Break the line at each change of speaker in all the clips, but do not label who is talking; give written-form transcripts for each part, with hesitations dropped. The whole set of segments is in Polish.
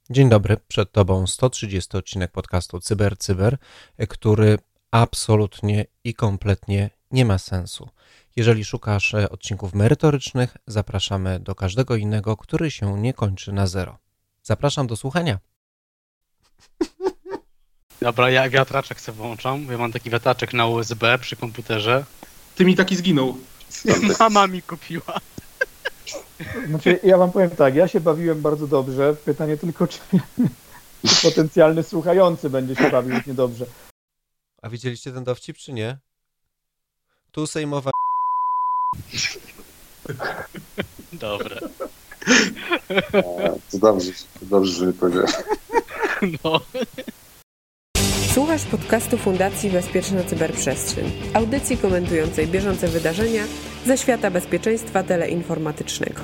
Dzień dobry, przed Tobą 130 odcinek podcastu Cyber, który absolutnie i kompletnie nie ma sensu. Jeżeli szukasz odcinków merytorycznych, zapraszamy do każdego innego, który się nie kończy na 0. Zapraszam do słuchania.
Dobra, ja wiatraczek sobie włączam. Ja mam taki wiatraczek na USB przy komputerze.
Ty mi taki zginął.
Mama mi kupiła.
Znaczy, ja wam powiem tak, ja się bawiłem bardzo dobrze. Pytanie tylko, czy potencjalny słuchający będzie się bawił niedobrze.
A widzieliście ten dowcip, czy nie? Tu sejmowa...
Dobre.
To dobrze, że nie powiedziałem.
No.
Słuchasz podcastu Fundacji Bezpieczna Cyberprzestrzeń, audycji komentującej bieżące wydarzenia ze świata bezpieczeństwa teleinformatycznego.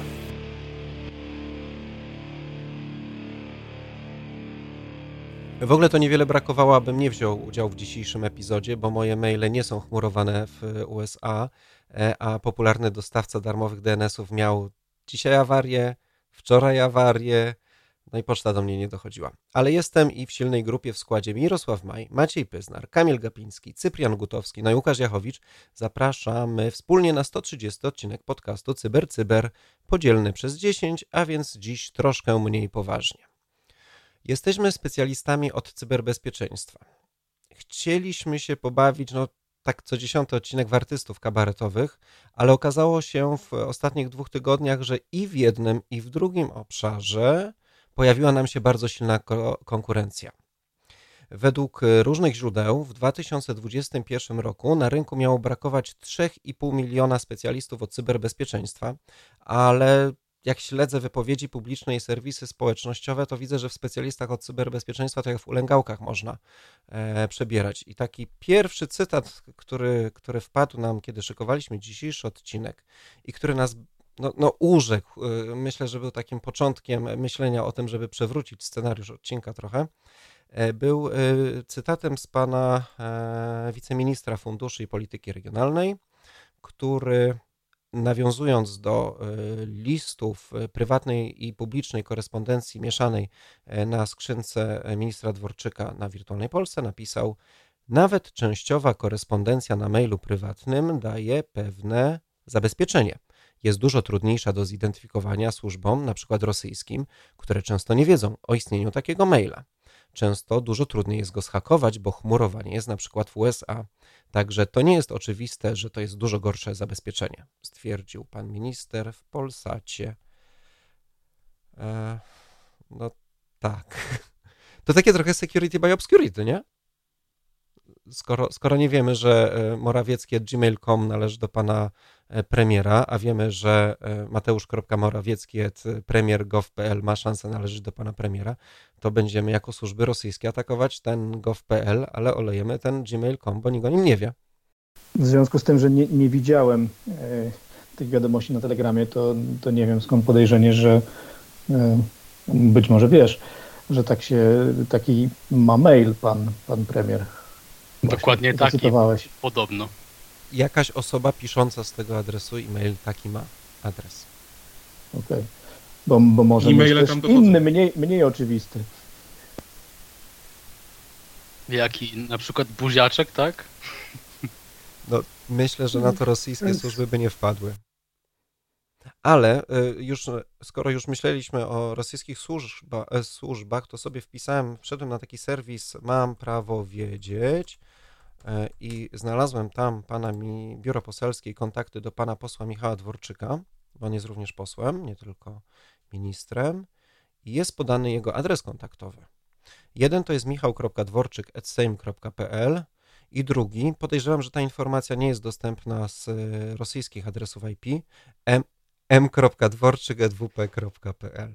W ogóle to niewiele brakowało, abym nie wziął udziału w dzisiejszym epizodzie, bo moje maile nie są chmurowane w USA, a popularny dostawca darmowych DNS-ów miał dzisiaj awarię, wczoraj awarię, no i poczta do mnie nie dochodziła. Ale jestem i w silnej grupie w składzie Mirosław Maj, Maciej Pyznar, Kamil Gapiński, Cyprian Gutowski, no i Łukasz Jachowicz. Zapraszamy wspólnie na 130 odcinek podcastu Cyber, podzielny przez 10, a więc dziś troszkę mniej poważnie. Jesteśmy specjalistami od cyberbezpieczeństwa. Chcieliśmy się pobawić, tak co 10 odcinek w artystów kabaretowych, ale okazało się w ostatnich 2 tygodniach, że i w jednym, i w drugim obszarze pojawiła nam się bardzo silna konkurencja. Według różnych źródeł w 2021 roku na rynku miało brakować 3,5 miliona specjalistów od cyberbezpieczeństwa, ale jak śledzę wypowiedzi publiczne i serwisy społecznościowe, to widzę, że w specjalistach od cyberbezpieczeństwa to jak w ulęgałkach można przebierać. I taki pierwszy cytat, który wpadł nam, kiedy szykowaliśmy dzisiejszy odcinek i który nas urzekł, myślę, że był takim początkiem myślenia o tym, żeby przewrócić scenariusz odcinka trochę, był cytatem z pana wiceministra funduszy i polityki regionalnej, który nawiązując do listów prywatnej i publicznej korespondencji mieszanej na skrzynce ministra Dworczyka na Wirtualnej Polsce napisał: nawet częściowa korespondencja na mailu prywatnym daje pewne zabezpieczenie. Jest dużo trudniejsza do zidentyfikowania służbom, na przykład rosyjskim, które często nie wiedzą o istnieniu takiego maila. Często dużo trudniej jest go zhakować, bo chmurowanie jest na przykład w USA. Także to nie jest oczywiste, że to jest dużo gorsze zabezpieczenie, stwierdził pan minister w Polsacie. No tak. To takie trochę security by obscurity, nie? Skoro nie wiemy, że morawiecki@gmail.com należy do pana premiera, a wiemy, że mateusz.morawiecki@premier.gov.pl ma szansę należeć do pana premiera, to będziemy jako służby rosyjskie atakować ten gov.pl, ale olejemy ten gmail.com, bo nikt o nim nie wie.
W związku z tym, że nie widziałem tych wiadomości na Telegramie, to nie wiem, skąd podejrzenie, że być może wiesz, że taki ma mail pan premier.
Dokładnie taki,
zacytowałeś.
podobno.
Jakaś osoba pisząca z tego adresu e-mail taki ma adres.
Okej. Bo może
E-maile
też inny, mniej oczywisty.
Jaki? Na przykład buziaczek, tak?
No, myślę, że na to rosyjskie służby by nie wpadły. Ale skoro już myśleliśmy o rosyjskich służbach, to sobie wszedłem na taki serwis Mam Prawo Wiedzieć i znalazłem tam biuro poselskie i kontakty do pana posła Michała Dworczyka, bo on jest również posłem, nie tylko ministrem, i jest podany jego adres kontaktowy. Jeden to jest michał.dworczyk@sejm.pl i drugi, podejrzewam, że ta informacja nie jest dostępna z rosyjskich adresów IP, m.dworczyk@wp.pl.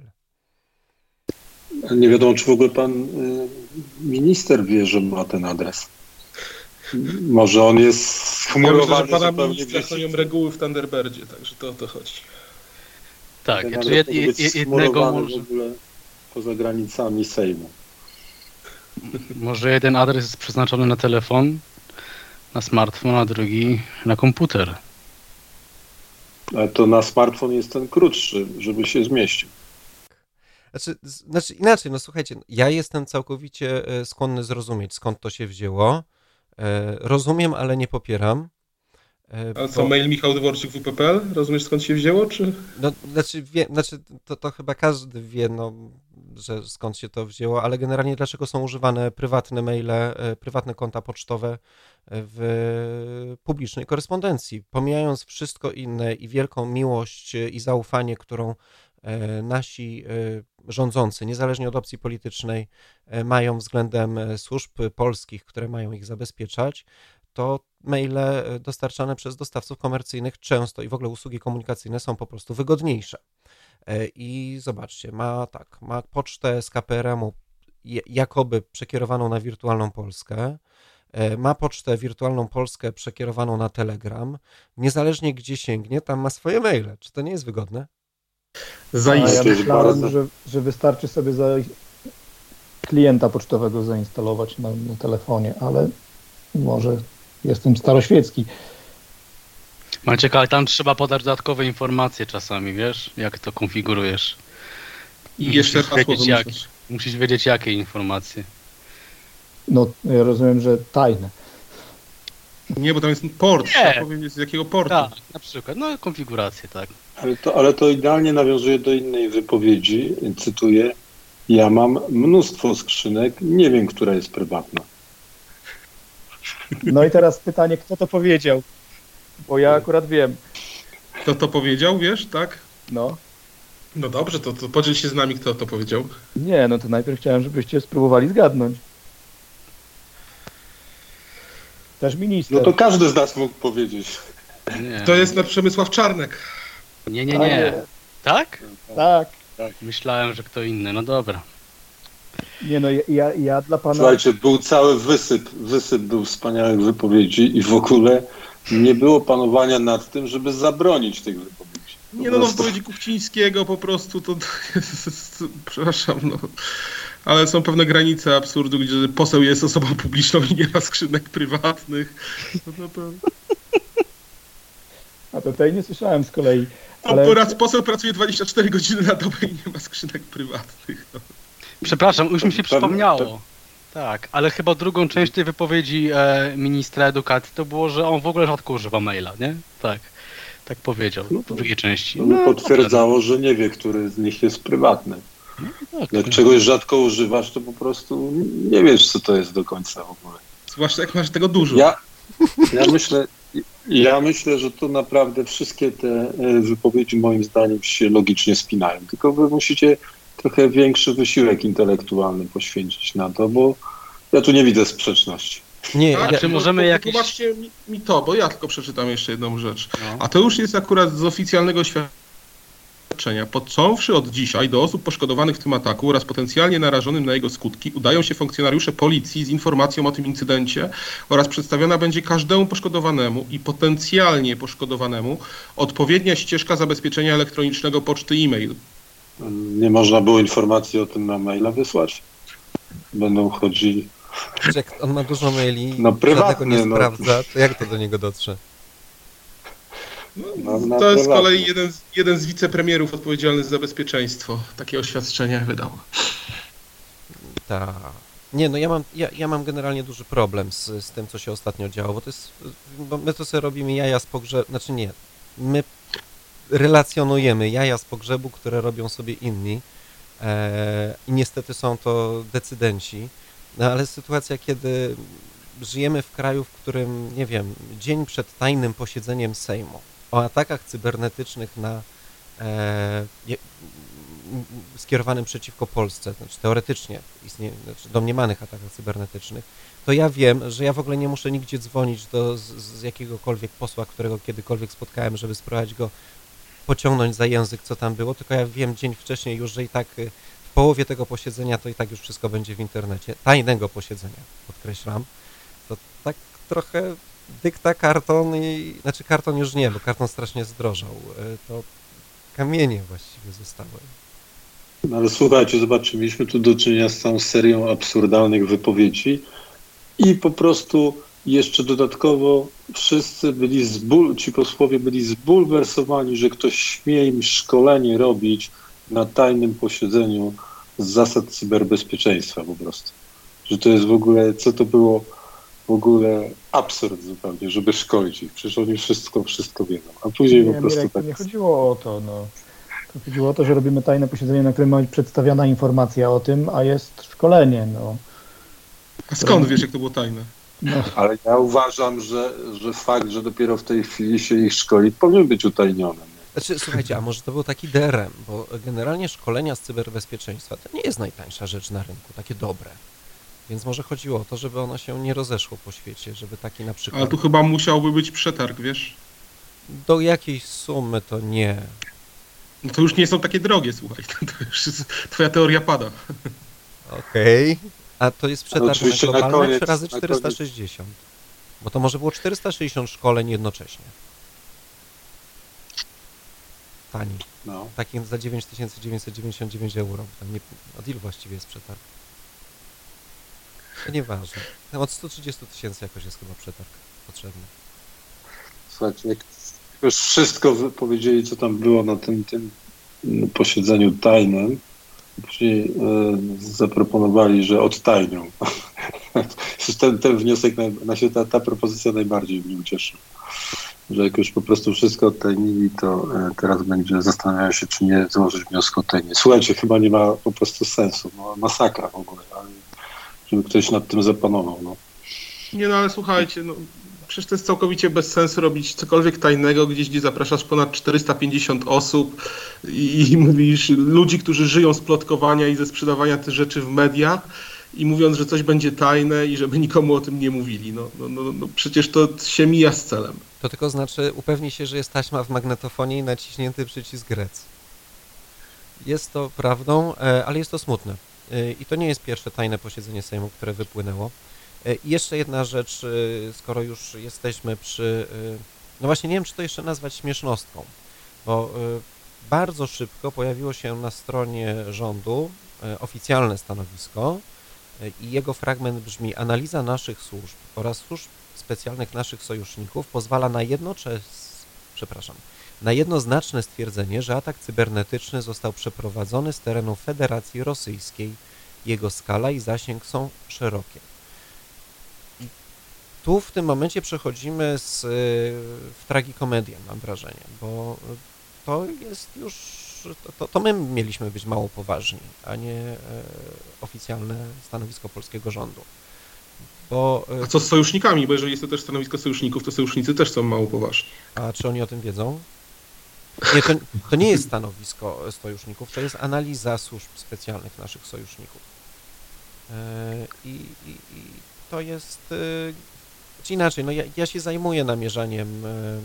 Nie wiadomo, czy w ogóle pan minister wie, że ma ten adres. Może on jest schmurowany.
Ja myślę, że pana ministra chronią reguły w Thunderbirdzie, także to o to chodzi.
Tak,
ten
znaczy jednego może...
w ogóle poza granicami Sejmu.
Może jeden adres jest przeznaczony na telefon, na smartfon, a drugi na komputer.
Ale to na smartfon jest ten krótszy, żeby się zmieścił.
Znaczy inaczej, no słuchajcie, ja jestem całkowicie skłonny zrozumieć, skąd to się wzięło. Rozumiem, ale nie popieram.
A co, mail Michał Dworczyk WP.pl? Rozumiesz, skąd się wzięło, czy?
No, znaczy to chyba każdy wie, no, że skąd się to wzięło, ale generalnie dlaczego są używane prywatne maile, prywatne konta pocztowe w publicznej korespondencji, pomijając wszystko inne i wielką miłość i zaufanie, którą nasi rządzący, niezależnie od opcji politycznej, mają względem służb polskich, które mają ich zabezpieczać, to maile dostarczane przez dostawców komercyjnych często i w ogóle usługi komunikacyjne są po prostu wygodniejsze. I zobaczcie, ma pocztę z KPRM-u jakoby przekierowaną na Wirtualną Polskę, ma pocztę Wirtualną Polskę przekierowaną na Telegram, niezależnie gdzie sięgnie, tam ma swoje maile. Czy to nie jest wygodne?
Ja myślałem, że wystarczy sobie klienta pocztowego zainstalować na telefonie, ale może jestem staroświecki.
Maciek, ale tam trzeba podać dodatkowe informacje czasami, wiesz, jak to konfigurujesz.
I jeszcze hasło
musisz wiedzieć, jakie informacje.
No, ja rozumiem, że tajne.
Nie, bo tam jest port, trzeba powiedzieć z jakiego portu.
Tak, na przykład, no konfigurację, tak.
Ale to idealnie nawiązuje do innej wypowiedzi, cytuję, ja mam mnóstwo skrzynek, nie wiem, która jest prywatna.
No i teraz pytanie, kto to powiedział? Bo ja akurat wiem.
Kto to powiedział, wiesz, tak?
No.
No dobrze, to podziel się z nami, kto to powiedział.
Nie, no to najpierw chciałem, żebyście spróbowali zgadnąć. Też minister.
No to każdy z nas mógł powiedzieć.
Nie.
To jest na Przemysław Czarnek.
Nie. Tak?
Tak.
Myślałem, że kto inny, no dobra.
Nie no, ja dla pana...
Słuchajcie, był cały wysyp był wspaniałych wypowiedzi i w ogóle nie było panowania nad tym, żeby zabronić tych wypowiedzi.
Nie no, wypowiedzi Kuchcińskiego po prostu to jest, przepraszam, no. Ale są pewne granice absurdu, gdzie poseł jest osobą publiczną i nie ma skrzynek prywatnych.
A tutaj nie słyszałem z kolei.
Ale... Poseł pracuje 24 godziny na dobę i nie ma skrzynek prywatnych. No.
Przepraszam, już mi się przypomniało. Tak, ale chyba drugą część tej wypowiedzi ministra edukacji to było, że on w ogóle rzadko używa maila, nie? Tak powiedział w drugiej części.
No, potwierdzało, że nie wie, który z nich jest prywatny.
Tak,
jak czegoś rzadko używasz, to po prostu nie wiesz, co to jest do końca w ogóle.
Zwłaszcza jak masz tego dużo.
Ja myślę, że to naprawdę wszystkie te wypowiedzi moim zdaniem się logicznie spinają. Tylko wy musicie trochę większy wysiłek intelektualny poświęcić na to, bo ja tu nie widzę sprzeczności.
Nie,
czy możemy jakieś...
Zobaczcie mi to, bo ja tylko przeczytam jeszcze jedną rzecz. A to już jest akurat z oficjalnego świadczenia. Począwszy od dzisiaj do osób poszkodowanych w tym ataku oraz potencjalnie narażonym na jego skutki udają się funkcjonariusze policji z informacją o tym incydencie oraz przedstawiona będzie każdemu poszkodowanemu i potencjalnie poszkodowanemu odpowiednia ścieżka zabezpieczenia elektronicznego poczty e-mail.
Nie można było informacji o tym na maila wysłać? Będą chodzili...
Jak on ma dużo maili,
no
żadnego nie sprawdza, to jak to do niego dotrze?
No, to jest z kolei jeden z wicepremierów odpowiedzialny za bezpieczeństwo. Takie oświadczenia wydał.
Tak. Nie, no ja mam generalnie duży problem z tym, co się ostatnio działo, bo my to sobie robimy jaja z pogrzebu, znaczy nie, my relacjonujemy jaja z pogrzebu, które robią sobie inni i niestety są to decydenci. No ale sytuacja, kiedy żyjemy w kraju, w którym, nie wiem, dzień przed tajnym posiedzeniem Sejmu o atakach cybernetycznych skierowanym przeciwko Polsce, znaczy teoretycznie domniemanych atakach cybernetycznych, to ja wiem, że ja w ogóle nie muszę nigdzie dzwonić z jakiegokolwiek posła, którego kiedykolwiek spotkałem, żeby spróbować go pociągnąć za język, co tam było, tylko ja wiem dzień wcześniej już, że i tak w połowie tego posiedzenia to i tak już wszystko będzie w internecie. Tajnego posiedzenia, podkreślam. To tak trochę dykta karton znaczy karton już nie, bo karton strasznie zdrożał. To kamienie właściwie zostały.
No ale słuchajcie, zobaczcie, mieliśmy tu do czynienia z całą serią absurdalnych wypowiedzi i po prostu jeszcze dodatkowo wszyscy ci posłowie byli zbulwersowani, że ktoś śmie im szkolenie robić na tajnym posiedzeniu z zasad cyberbezpieczeństwa po prostu. Że to jest w ogóle, co to było w ogóle absurd zupełnie, żeby szkolić ich. Przecież oni wszystko wiedzą. A później po prostu
Mirek,
tak...
nie chodziło o to, no. To chodziło o to, że robimy tajne posiedzenie, na którym ma być przedstawiana informacja o tym, a jest szkolenie, no.
A skąd wiesz, jak to było tajne?
No.
Ale ja uważam, że fakt, że dopiero w tej chwili się ich szkoli, powinien być utajniony.
Znaczy, słuchajcie, a może to był taki DRM, bo generalnie szkolenia z cyberbezpieczeństwa to nie jest najtańsza rzecz na rynku, takie dobre. Więc może chodziło o to, żeby ono się nie rozeszło po świecie, żeby taki na przykład...
Ale tu chyba musiałby być przetarg, wiesz?
Do jakiejś sumy to nie.
No to już nie są takie drogie, słuchaj. To już jest, twoja teoria pada.
Okej. A to jest przetarg
oczywiście
na globalne,
na koniec,
czy razy
na
460? Bo to może było 460 szkoleń jednocześnie. Tani.
No.
Takim za 9999 euro. Tam nie, od ilu właściwie jest przetarg? To nieważne. Od 130 000 jakoś jest chyba przetarg potrzebny.
Słuchajcie, jak już wszystko powiedzieli, co tam było na tym posiedzeniu tajnym, później zaproponowali, że odtajnią. ten wniosek, ta propozycja najbardziej mnie ucieszyła. Że jak już po prostu wszystko odtajnili, to teraz zastanawiają się, czy nie złożyć wniosku o odtajnienie. Słuchajcie, chyba nie ma po prostu sensu. No, masakra w ogóle, ale żeby ktoś nad tym zapanował. No.
Nie no, ale słuchajcie, no przecież to jest całkowicie bez sensu robić cokolwiek tajnego gdzieś, gdzie zapraszasz ponad 450 osób i mówisz ludzi, którzy żyją z plotkowania i ze sprzedawania tych rzeczy w mediach i mówiąc, że coś będzie tajne i żeby nikomu o tym nie mówili. No przecież to się mija z celem.
To tylko znaczy, upewnij się, że jest taśma w magnetofonie i naciśnięty przycisk rec. Jest to prawdą, ale jest to smutne. I to nie jest pierwsze tajne posiedzenie Sejmu, które wypłynęło. I jeszcze jedna rzecz, skoro już jesteśmy przy... No właśnie nie wiem, czy to jeszcze nazwać śmiesznostką, bo bardzo szybko pojawiło się na stronie rządu oficjalne stanowisko i jego fragment brzmi: analiza naszych służb oraz służb specjalnych naszych sojuszników pozwala na jednoznaczne stwierdzenie, że atak cybernetyczny został przeprowadzony z terenu Federacji Rosyjskiej. Jego skala i zasięg są szerokie. I tu w tym momencie przechodzimy w tragikomedię, mam wrażenie, bo to jest już, to my mieliśmy być mało poważni, a nie oficjalne stanowisko polskiego rządu.
A co z sojusznikami? Bo jeżeli jest to też stanowisko sojuszników, to sojusznicy też są mało poważni.
A czy oni o tym wiedzą? Nie, to nie jest stanowisko sojuszników, to jest analiza służb specjalnych naszych sojuszników. I to jest... Czy inaczej, no ja się zajmuję namierzaniem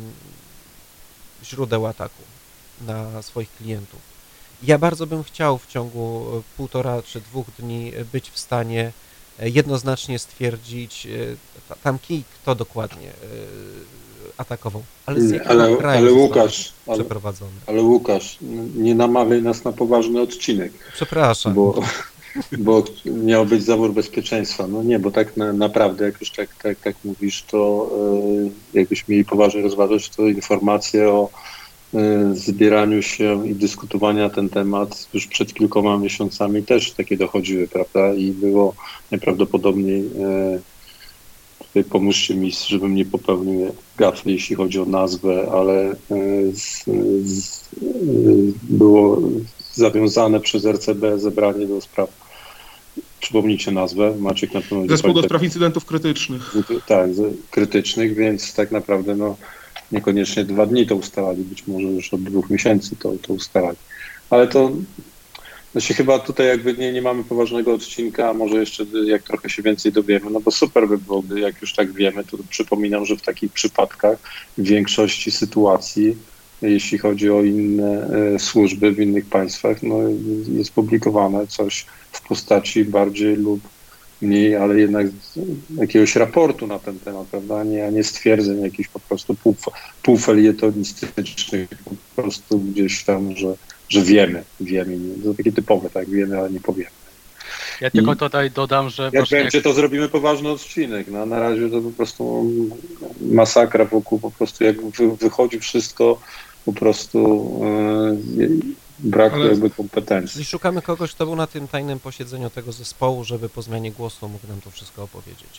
źródeł ataku na swoich klientów. Ja bardzo bym chciał w ciągu 1,5 czy 2 dni być w stanie jednoznacznie stwierdzić tam kto dokładnie atakował. Ale z jakiego kraju
Łukasz,
przeprowadzony?
Ale Łukasz, nie namawiaj nas na poważny odcinek.
Przepraszam.
Bo miał być zawór bezpieczeństwa. No nie, bo tak naprawdę, jak już tak mówisz, to jakbyśmy mieli poważnie rozważać, to informacje o zbieraniu się i dyskutowania na ten temat już przed kilkoma miesiącami też takie dochodziły, prawda? I było najprawdopodobniej, tutaj pomóżcie mi, żebym nie popełnił gafy, jeśli chodzi o nazwę, ale było zawiązane przez RCB zebranie do spraw, przypomnijcie nazwę, Maciek na pewno...
Zespół do spraw incydentów krytycznych.
Tak, krytycznych, więc tak naprawdę no niekoniecznie 2 dni to ustalali, być może już od 2 miesięcy to ustalali. Ale to znaczy chyba tutaj jakby nie mamy poważnego odcinka, a może jeszcze jak trochę się więcej dowiemy, no bo super by byłoby, jak już tak wiemy, to przypominam, że w takich przypadkach w większości sytuacji, jeśli chodzi o inne służby w innych państwach, no jest publikowane coś w postaci bardziej lub mniej, ale jednak jakiegoś raportu na ten temat, prawda, a nie stwierdzeń jakichś po prostu półfelietonistycznych, po prostu gdzieś tam, że wiemy, to takie typowe, tak, wiemy, ale nie powiemy.
Ja tylko tutaj dodam, że...
Jak będzie, to zrobimy poważny odcinek, no, na razie to po prostu masakra wokół, po prostu jak wychodzi wszystko po prostu braku jakby kompetencji.
Czyli szukamy kogoś, kto był na tym tajnym posiedzeniu tego zespołu, żeby po zmianie głosu mógł nam to wszystko opowiedzieć.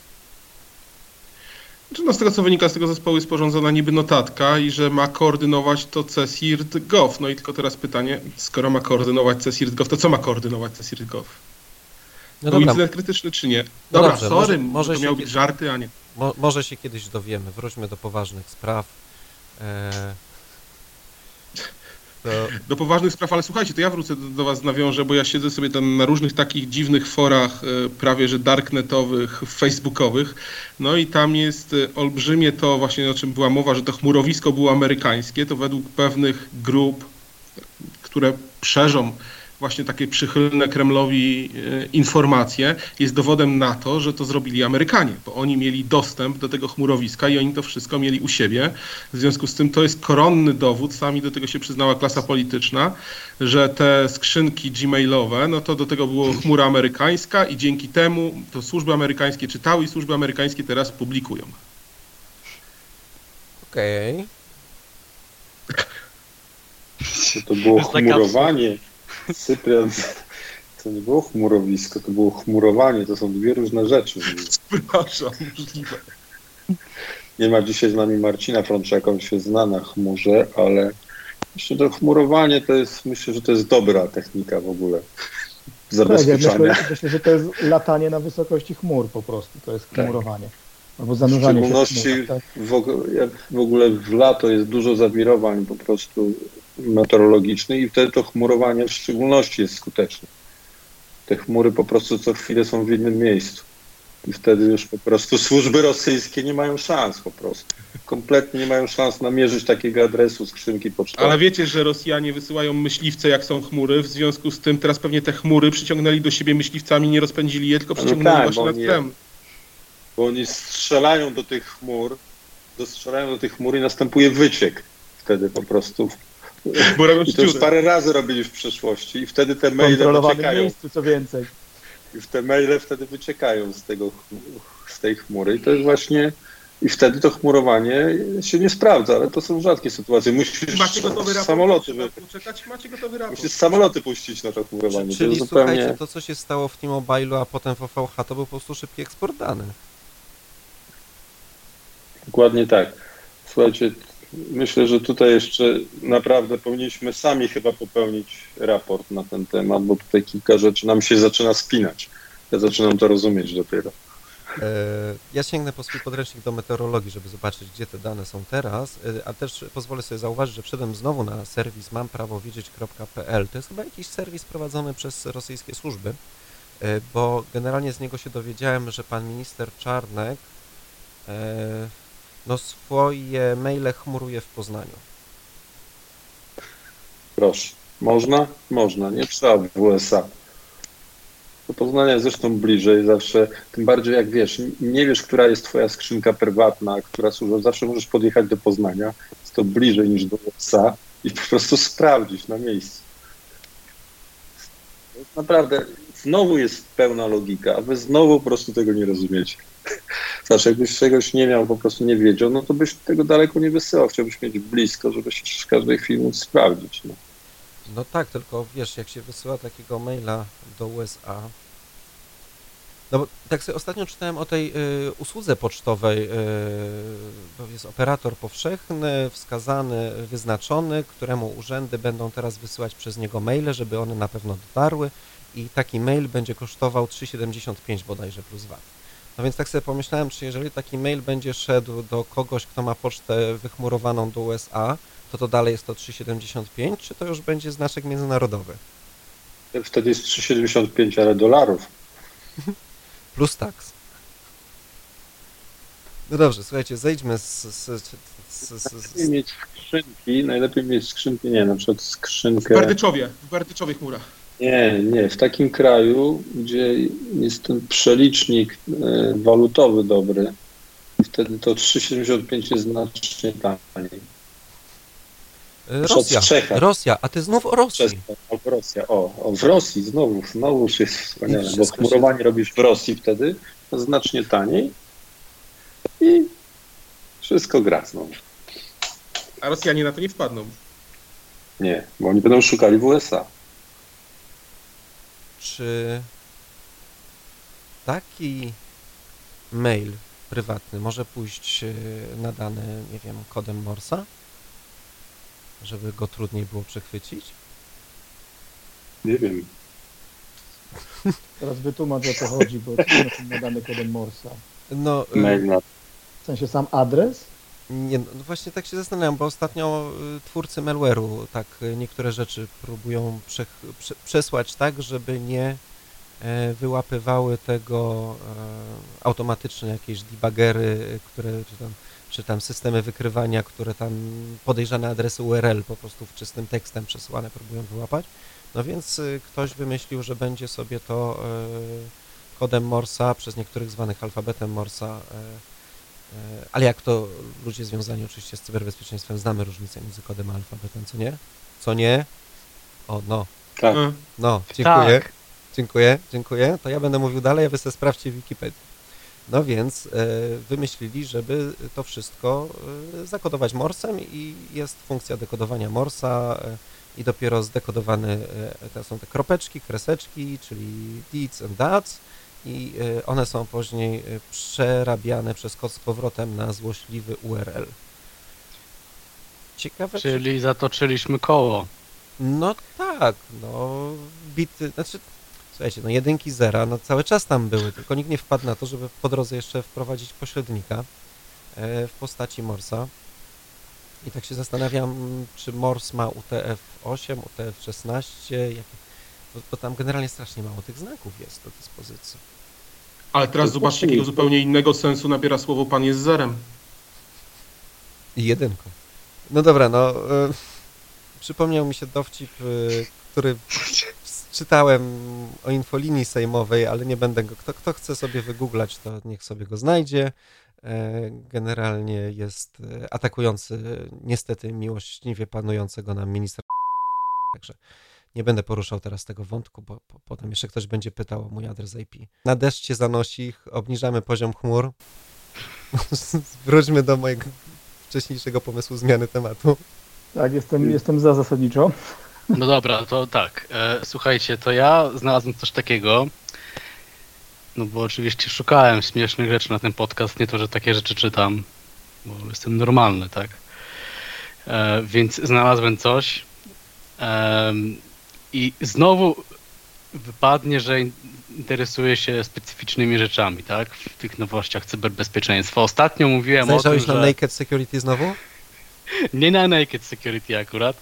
Z tego co wynika z tego zespołu jest sporządzona niby notatka i że ma koordynować to CSIRT-Gov. No i tylko teraz pytanie, skoro ma koordynować CSIRT-Gov, to co ma koordynować CSIRT-Gov?
No
Był
dobra.
incydent krytyczny czy nie?
No
Dobra,
dobrze,
sorry,
może
to
się
miały być żarty, a nie.
Może się kiedyś dowiemy. Wróćmy do poważnych spraw.
Do poważnych spraw, ale słuchajcie, to ja wrócę do was, nawiążę, bo ja siedzę sobie tam na różnych takich dziwnych forach, prawie że darknetowych, facebookowych, no i tam jest olbrzymie to właśnie, o czym była mowa, że to chmurowisko było amerykańskie, to według pewnych grup, które szerzą właśnie takie przychylne Kremlowi informacje, jest dowodem na to, że to zrobili Amerykanie, bo oni mieli dostęp do tego chmurowiska i oni to wszystko mieli u siebie. W związku z tym to jest koronny dowód, sami do tego się przyznała klasa polityczna, że te skrzynki gmailowe, no to do tego było chmura amerykańska i dzięki temu to służby amerykańskie czytały i służby amerykańskie teraz publikują.
Okej.
To było chmurowanie. Cyprian, to nie było chmurowisko, to było chmurowanie, to są dwie różne rzeczy.
Przepraszam, możliwe.
Nie ma dzisiaj z nami Marcina Frączaka, on się zna na chmurze, ale myślę, że chmurowanie to jest, myślę, że to jest dobra technika w ogóle zabezpieczania.
Tak, myślę, że to jest latanie na wysokości chmur po prostu, to jest chmurowanie. Albo zanurzanie się w chmurach, tak?
w ogóle w lato jest dużo zawirowań po prostu meteorologicznych i wtedy to chmurowanie w szczególności jest skuteczne. Te chmury po prostu co chwilę są w innym miejscu i wtedy już po prostu służby rosyjskie nie mają szans po prostu. Kompletnie nie mają szans namierzyć takiego adresu skrzynki pocztowej.
Ale wiecie, że Rosjanie wysyłają myśliwce, jak są chmury, w związku z tym teraz pewnie te chmury przyciągnęli do siebie myśliwcami, nie rozpędzili je, tylko przyciągnęli właśnie nad Kreml.
Bo oni strzelają do tych chmur i następuje wyciek wtedy po prostu. I to już parę razy robili w przeszłości i wtedy te maile wyciekają.
Miejscu, co więcej.
I te maile wtedy wyciekają z tej chmury i to jest właśnie i wtedy to chmurowanie się nie sprawdza, ale to są rzadkie sytuacje. Musisz
macie gotowy raport,
samoloty
macie gotowy raport.
Musisz samoloty puścić na to chmurowanie.
Czyli
to
słuchajcie,
zupełnie...
to co się stało w T-Mobile'u, a potem w OVH, to był po prostu szybki eksport danych.
Dokładnie tak. Słuchajcie, myślę, że tutaj jeszcze naprawdę powinniśmy sami chyba popełnić raport na ten temat, bo tutaj kilka rzeczy nam się zaczyna spinać. Ja zaczynam to rozumieć dopiero.
Ja sięgnę po swój podręcznik do meteorologii, żeby zobaczyć, gdzie te dane są teraz, a też pozwolę sobie zauważyć, że wszedłem znowu na serwis mamprawowiedzieć.pl. To jest chyba jakiś serwis prowadzony przez rosyjskie służby, bo generalnie z niego się dowiedziałem, że pan minister Czarnek no swoje maile chmuruje w Poznaniu.
Proszę. Można? Można. Nie trzeba w USA. Do Poznania jest zresztą bliżej zawsze, tym bardziej jak wiesz, nie wiesz, która jest twoja skrzynka prywatna, która służy, zawsze możesz podjechać do Poznania, jest to bliżej niż do USA i po prostu sprawdzić na miejscu. Naprawdę, znowu jest pełna logika, a wy znowu po prostu tego nie rozumiecie. Znaczy, jakbyś czegoś nie miał, po prostu nie wiedział, no to byś tego daleko nie wysyłał, chciałbyś mieć blisko, żebyś w każdej chwili móc sprawdzić. No.
No tak, tylko wiesz, jak się wysyła takiego maila do USA, no bo tak sobie ostatnio czytałem o tej usłudze pocztowej, to jest operator powszechny, wskazany, wyznaczony, któremu urzędy będą teraz wysyłać przez niego maile, żeby one na pewno dotarły i taki mail będzie kosztował 3,75 bodajże plus VAT. No więc tak sobie pomyślałem, czy jeżeli taki mail będzie szedł do kogoś, kto ma pocztę wychmurowaną do USA, to dalej jest to 3,75, czy to już będzie znaczek międzynarodowy?
Wtedy jest 3,75, ale dolarów.
Plus tax. No dobrze, słuchajcie, zejdźmy
Najlepiej mieć skrzynki, nie, na przykład skrzynkę...
W Berdyczowie chmura.
Nie, w takim kraju, gdzie jest ten przelicznik walutowy dobry, wtedy to 3,75 jest znacznie taniej.
Rosja, a ty znów o Rosji.
Albo Rosja, w Rosji znowu jest wspaniale, bo chmurowanie robisz w Rosji wtedy, to znacznie taniej i wszystko gra znowu.
A Rosjanie na to nie wpadną.
Nie, bo oni będą szukali w USA.
Czy taki mail prywatny może pójść nadany, nie wiem, kodem Morsa? Żeby go trudniej było przechwycić?
Nie wiem.
Teraz wytłumacz, o co chodzi, bo to jest nadany kodem Morsa.
No,
w sensie sam adres?
Nie, no właśnie tak się zastanawiam, bo ostatnio twórcy malware'u tak niektóre rzeczy próbują przesłać tak, żeby nie wyłapywały tego automatycznie jakieś debuggery, które, czy tam systemy wykrywania, które tam podejrzane adresy URL po prostu w czystym tekstem przesłane próbują wyłapać. No więc ktoś wymyślił, że będzie sobie to kodem Morsa, przez niektórych zwanych alfabetem Morsa, ale jak to ludzie związani oczywiście z cyberbezpieczeństwem znamy różnicę między kodem a alfabetem, co nie? Co nie? O, no.
Tak.
No, dziękuję.
Tak.
Dziękuję. To ja będę mówił dalej, a wy sobie sprawdźcie w Wikipedii. No więc wymyślili, żeby to wszystko zakodować Morsem i jest funkcja dekodowania Morsa i dopiero zdekodowany, to są te kropeczki, kreseczki, czyli deeds and dots i one są później przerabiane przez kod z powrotem na złośliwy URL. Ciekawe,
Czyli zatoczyliśmy koło.
No tak, no bity, znaczy, słuchajcie, no jedynki zera, no cały czas tam były, tylko nikt nie wpadł na to, żeby po drodze jeszcze wprowadzić pośrednika w postaci Morsa. I tak się zastanawiam, czy Morse ma UTF-8, UTF-16, bo tam generalnie strasznie mało tych znaków jest do dyspozycji.
Ale teraz zobaczcie, jakiego zupełnie innego sensu nabiera słowo pan jest zerem.
I jedynką. No dobra, no przypomniał mi się dowcip, który czytałem o infolinii sejmowej, ale nie będę go, kto chce sobie wygooglać, to niech sobie go znajdzie. Generalnie jest atakujący niestety miłośliwie panującego nam ministra, także nie będę poruszał teraz tego wątku, bo potem jeszcze ktoś będzie pytał o mój adres IP. Na deszcz się zanosi, obniżamy poziom chmur. Wróćmy do mojego wcześniejszego pomysłu zmiany tematu.
Tak, jestem za zasadniczo.
No dobra, to tak. Słuchajcie, to ja znalazłem coś takiego, no bo oczywiście szukałem śmiesznych rzeczy na ten podcast, nie to, że takie rzeczy czytam, bo jestem normalny, tak? Więc znalazłem coś i znowu wypadnie, że interesuję się specyficznymi rzeczami, tak? W tych nowościach cyberbezpieczeństwa. Ostatnio mówiłem o tym,
Zajrzałeś
że...
na Naked Security znowu?
Nie na Naked Security akurat,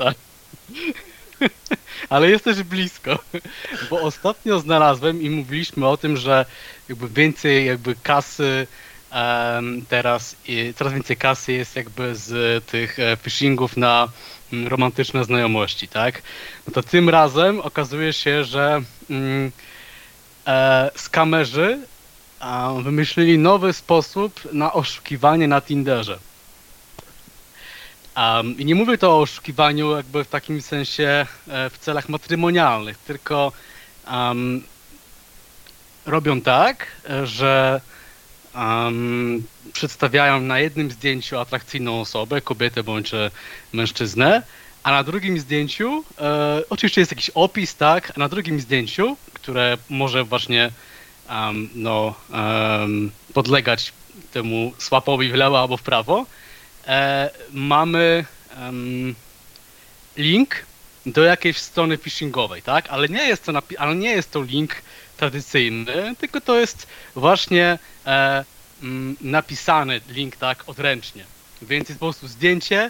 ale jest też blisko, bo ostatnio znalazłem i mówiliśmy o tym, że jakby więcej jakby kasy teraz, coraz więcej kasy jest jakby z tych phishingów na romantyczne znajomości, tak? No to tym razem okazuje się, że skamerzy wymyślili nowy sposób na oszukiwanie na Tinderze. I nie mówię to o oszukiwaniu jakby w takim sensie w celach matrymonialnych, tylko robią tak, że przedstawiają na jednym zdjęciu atrakcyjną osobę, kobietę bądź mężczyznę, a na drugim zdjęciu, oczywiście jest jakiś opis, tak, a na drugim zdjęciu, które może właśnie podlegać temu swapowi w lewo albo w prawo, mamy link do jakiejś strony phishingowej, tak? Ale nie jest to link tradycyjny, tylko to jest właśnie napisany link tak odręcznie. Więc jest po prostu zdjęcie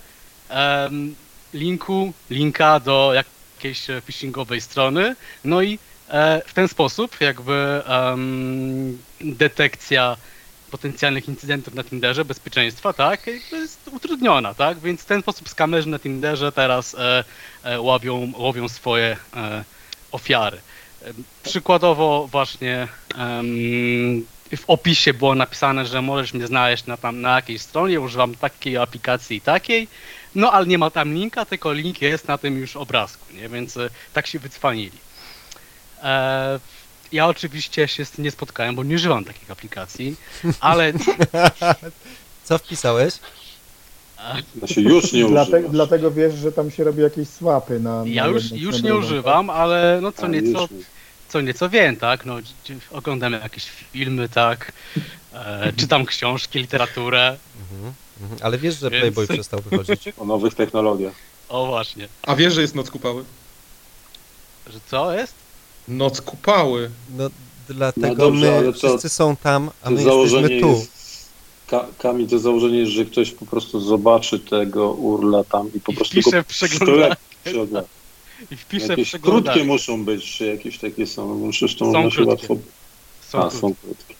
linka do jakiejś phishingowej strony, no i w ten sposób jakby detekcja potencjalnych incydentów na Tinderze, bezpieczeństwa, tak, jest utrudniona, tak, więc w ten sposób skamerzy na Tinderze teraz łowią swoje ofiary. Przykładowo właśnie w opisie było napisane, że możesz mnie znaleźć na jakiejś stronie, używam takiej aplikacji i takiej, no ale nie ma tam linka, tylko link jest na tym już obrazku, nie, więc tak się wycwanili. Ja oczywiście się z tym nie spotkałem, bo nie używam takich aplikacji, ale...
Co wpisałeś?
Znaczy już nie używasz.
Dlatego wiesz, że tam się robi jakieś swapy
Ja już nie używam, ale no co nieco wiem, tak? No, oglądam jakieś filmy, tak? Czytam książki, literaturę.
Ale wiesz, że Playboy przestał wychodzić?
O nowych technologiach.
O właśnie.
A wiesz, że jest Noc Kupały?
Że co jest?
Noc Kupały.
No dlatego
No dobrze,
my wszyscy są tam, a my jesteśmy tu.
Kamil, to założenie jest, że ktoś po prostu zobaczy tego urla tam i po prostu
wpisze w przeglądarkę. I wpisze
jakieś
w przeglądarkę.
krótkie muszą być, czy jakieś takie są. Zresztą
Są
można się
krótkie.
łatwo...
Są
krótkie.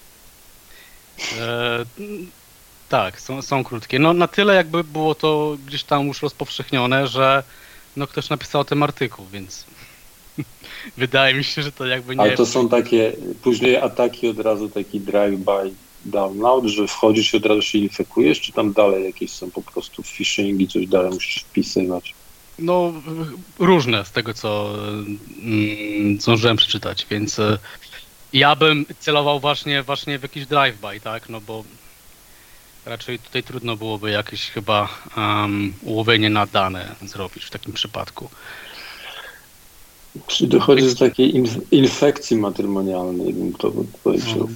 Tak, są krótkie. No na tyle jakby było to gdzieś tam już rozpowszechnione, że no ktoś napisał o tym artykuł, więc wydaje mi się, że to jakby nie...
Ale to są takie później ataki od razu, taki drive-by download, że wchodzisz i od razu się infekujesz, czy tam dalej jakieś są po prostu phishingi, coś dalej musisz wpisywać?
No różne z tego, co zdążyłem przeczytać, więc ja bym celował właśnie w jakiś drive-by, tak, no bo raczej tutaj trudno byłoby jakieś chyba ułowienie na dane zrobić w takim przypadku.
Czyli dochodzi do takiej infekcji matrymonialnej, bym to powiedział.